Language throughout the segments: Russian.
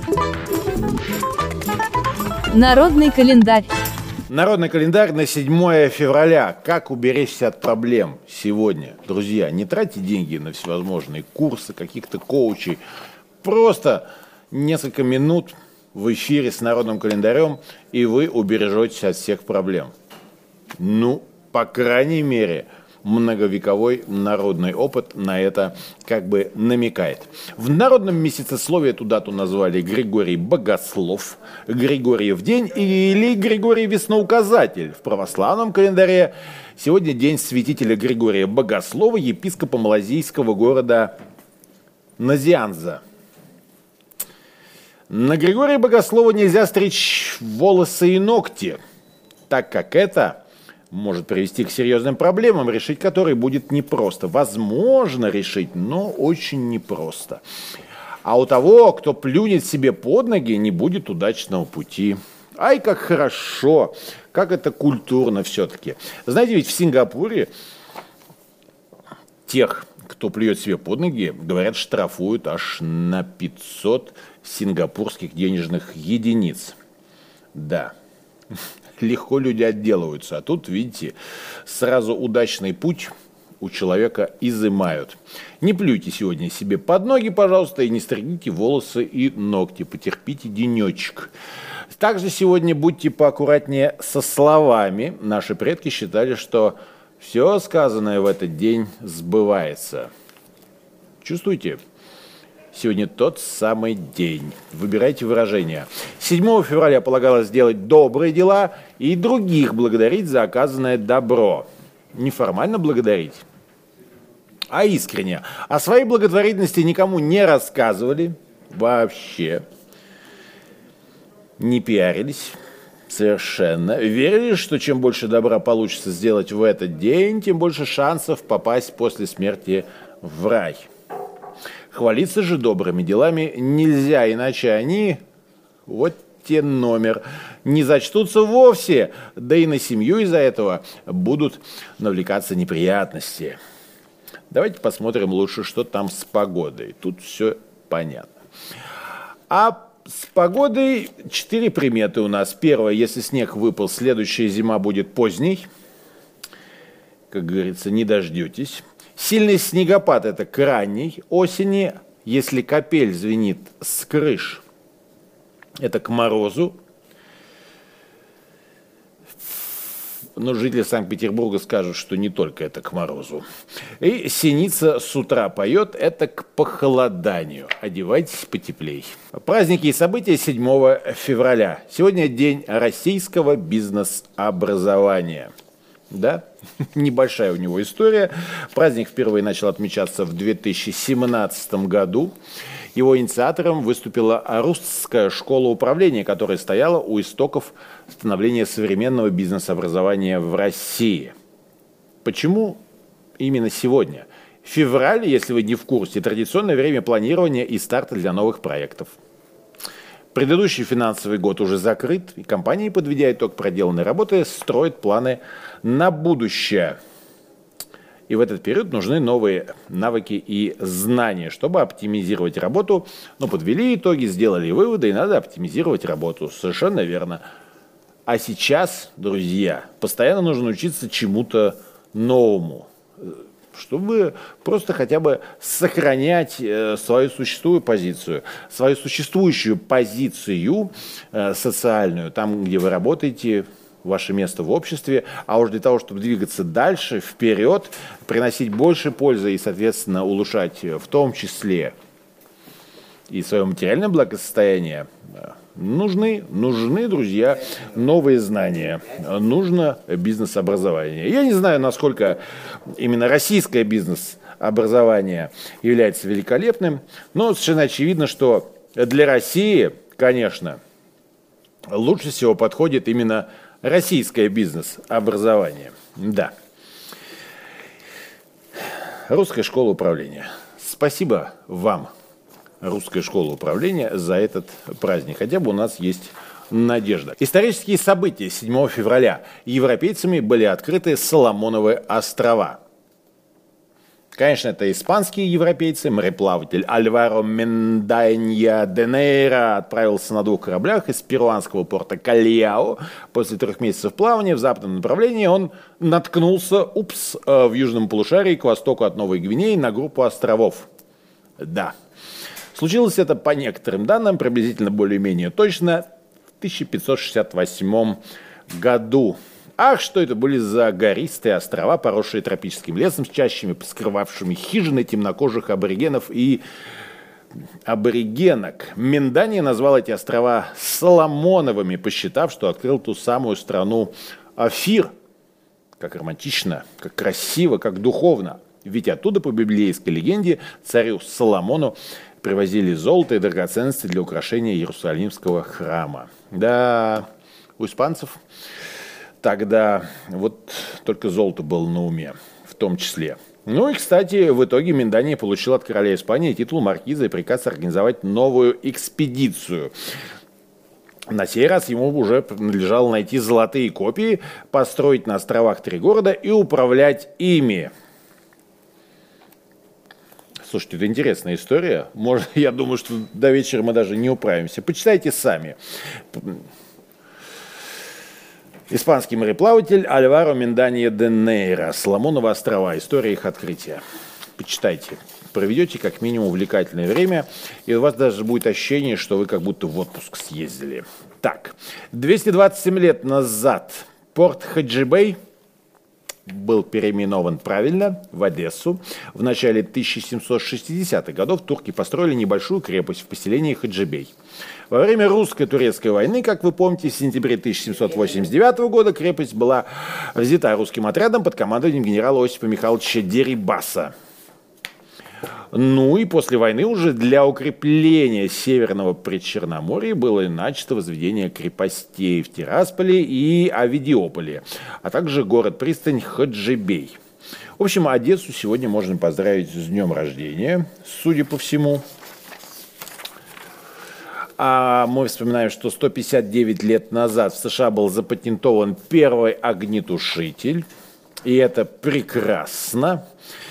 Народный календарь. Народный календарь на 7 февраля. Как уберечься от проблем сегодня? Друзья, не тратьте деньги на всевозможные курсы, каких-то коучей. Просто несколько минут в эфире с народным календарем, и вы убережетесь от всех проблем. Ну, по крайней мере, многовековой народный опыт на это как бы намекает. В народном месяцесловии эту дату назвали Григорий Богослов, Григорьев день или Григорий Весноуказатель. В православном календаре сегодня день святителя Григория Богослова, епископа малазийского города Назианза. На Григория Богослова нельзя стричь волосы и ногти, так как это может привести к серьезным проблемам, решить которые будет непросто. Возможно решить, но очень непросто. А у того, кто плюнет себе под ноги, не будет удачного пути. Ай, как хорошо, как это культурно все-таки. Знаете, ведь в Сингапуре тех, кто плюет себе под ноги, говорят, штрафуют аж на 500 сингапурских денежных единиц. Да. Легко люди отделываются. А тут, видите, сразу удачный путь у человека изымают. Не плюйте сегодня себе под ноги, пожалуйста, и не стригите волосы и ногти. Потерпите денечек. Также сегодня будьте поаккуратнее со словами. Наши предки считали, что все сказанное в этот день сбывается. Чувствуете? Сегодня тот самый день. Выбирайте выражения. 7 февраля полагалось делать добрые дела и других благодарить за оказанное добро. Не формально благодарить, а искренне. О своей благотворительности никому не рассказывали вообще. Не пиарились совершенно. Верили, что чем больше добра получится сделать в этот день, тем больше шансов попасть после смерти в рай. Хвалиться же добрыми делами нельзя, иначе они, вот те номер, не зачтутся вовсе, да и на семью из-за этого будут навлекаться неприятности. Давайте посмотрим лучше, что там с погодой. Тут все понятно. А с погодой 4 приметы у нас. Первое, если снег выпал, следующая зима будет поздней. Как говорится, не дождетесь. Сильный снегопад – это к ранней осени. Если капель звенит с крыш, это к морозу. Но жители Санкт-Петербурга скажут, что не только это к морозу. И синица с утра поет – это к похолоданию. Одевайтесь потеплей. Праздники и события 7 февраля. Сегодня день российского бизнес-образования. Да, небольшая у него история. Праздник впервые начал отмечаться в 2017 году. Его инициатором выступила Русская школа управления, которая стояла у истоков становления современного бизнес-образования в России. Почему именно сегодня? Февраль, если вы не в курсе, традиционное время планирования и старта для новых проектов. Предыдущий финансовый год уже закрыт, и компании, подведя итог проделанной работы, строят планы на будущее. И в этот период нужны новые навыки и знания, чтобы оптимизировать работу. Ну, подвели итоги, сделали выводы, и надо оптимизировать работу. Совершенно верно. А сейчас, друзья, постоянно нужно учиться чему-то новому, чтобы просто хотя бы сохранять свою существующую позицию социальную, там, где вы работаете, ваше место в обществе, а уж для того, чтобы двигаться дальше, вперед, приносить больше пользы и, соответственно, улучшать в том числе и свое материальное благосостояние, нужны, друзья, новые знания, нужно бизнес-образование. Я не знаю, насколько именно российское бизнес-образование является великолепным, но совершенно очевидно, что для России, конечно, лучше всего подходит именно российское бизнес-образование. Да. Русская школа управления. Спасибо вам, Русская школа управления, за этот праздник. Хотя бы у нас есть надежда. Исторические события 7 февраля. Европейцами были открыты Соломоновы острова. Конечно, это испанские европейцы. Мореплаватель Альваро Менданья де Нейра отправился на 2 кораблях из перуанского порта Кальяо. После 3 месяцев плавания в западном направлении он наткнулся, в южном полушарии к востоку от Новой Гвинеи на группу островов. Да. Случилось это, по некоторым данным, приблизительно более-менее точно, в 1568 году. Ах, что это были за гористые острова, поросшие тропическим лесом с чащами, скрывавшими хижины темнокожих аборигенов и аборигенок. Миндания назвал эти острова Соломоновыми, посчитав, что открыл ту самую страну Офир. Как романтично, как красиво, как духовно. Ведь оттуда, по библейской легенде, царю Соломону привозили золото и драгоценности для украшения Иерусалимского храма. Да, у испанцев тогда вот только золото было на уме, в том числе. Ну и, кстати, в итоге Миндания получил от короля Испании титул маркиза и приказ организовать новую экспедицию. На сей раз ему уже надлежало найти золотые копии, построить на островах 3 города и управлять ими. Слушайте, это интересная история. Может, я думаю, что до вечера мы даже не управимся. Почитайте сами. Испанский мореплаватель Альваро Менданья де Нейра. Соломоновы острова. История их открытия. Почитайте. Проведете как минимум увлекательное время, и у вас даже будет ощущение, что вы как будто в отпуск съездили. Так, 227 лет назад порт Хаджибей был переименован правильно в Одессу. В начале 1760-х годов турки построили небольшую крепость в поселении Хаджибей. Во время русско-турецкой войны, как вы помните, в сентябре 1789 года крепость была взята русским отрядом под командованием генерала Осипа Михайловича Дерибаса. Ну и после войны уже для укрепления Северного Причерноморья было начато возведение крепостей в Тирасполе и Авидиополе, а также город-пристань Хаджибей. В общем, Одессу сегодня можно поздравить с днем рождения, судя по всему. А мы вспоминаем, что 159 лет назад в США был запатентован первый огнетушитель, и это прекрасно.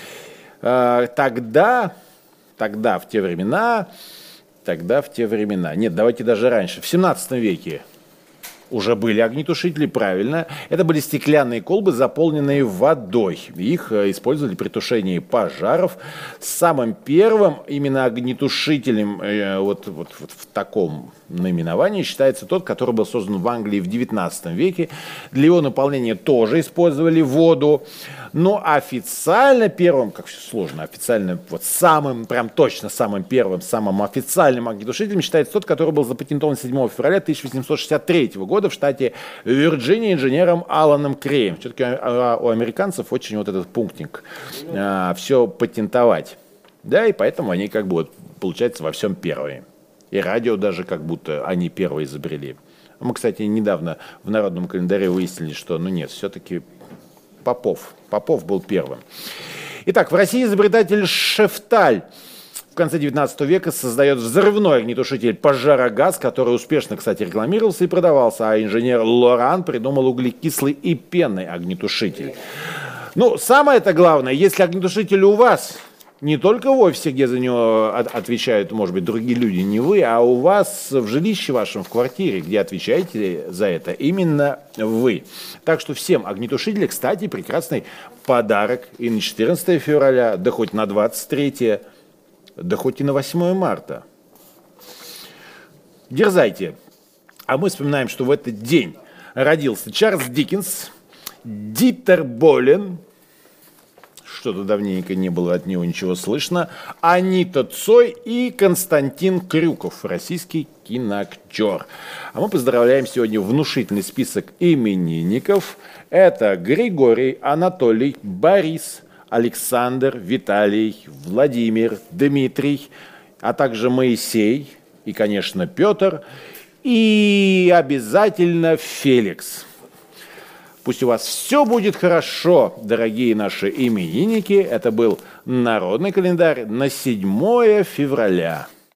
Тогда в те времена, нет, давайте даже раньше, в 17 веке уже были огнетушители, правильно. Это были стеклянные колбы, заполненные водой. Их использовали при тушении пожаров. Самым первым именно огнетушителем вот в таком наименовании считается тот, который был создан в Англии в 19 веке. Для его наполнения тоже использовали воду. Но официально первым, как все сложно, официально вот самым, прям точно самым первым, самым официальным огнетушителем считается тот, который был запатентован 7 февраля 1863 года в штате Вирджиния инженером Аланом Креем. Все-таки у американцев очень вот этот пунктик все патентовать. Да, и поэтому они как бы вот, получается, во всем первые. И радио даже как будто они первые изобрели. Мы, кстати, недавно в народном календаре выяснили, что, ну нет, все-таки Попов был первым. Итак, в России изобретатель Шефталь в конце 19 века создает взрывной огнетушитель пожарогаз, который успешно, кстати, рекламировался и продавался, а инженер Лоран придумал углекислый и пенный огнетушитель. Ну, самое-то главное, если огнетушитель у вас, не только в офисе, где за него отвечают, может быть, другие люди, не вы, а у вас в жилище вашем, в квартире, где отвечаете за это именно вы. Так что всем огнетушители, кстати, прекрасный подарок и на 14 февраля, да хоть на 23, да хоть и на 8 марта. Дерзайте. А мы вспоминаем, что в этот день родился Чарльз Диккенс, Дитер Болен, что-то давненько не было от него ничего слышно, Анита Цой и Константин Крюков, российский киноактер. А мы поздравляем сегодня внушительный список именинников. Это Григорий, Анатолий, Борис, Александр, Виталий, Владимир, Дмитрий, а также Моисей и, конечно, Петр и обязательно Феликс. Пусть у вас все будет хорошо, дорогие наши именинники. Это был народный календарь на 7 февраля.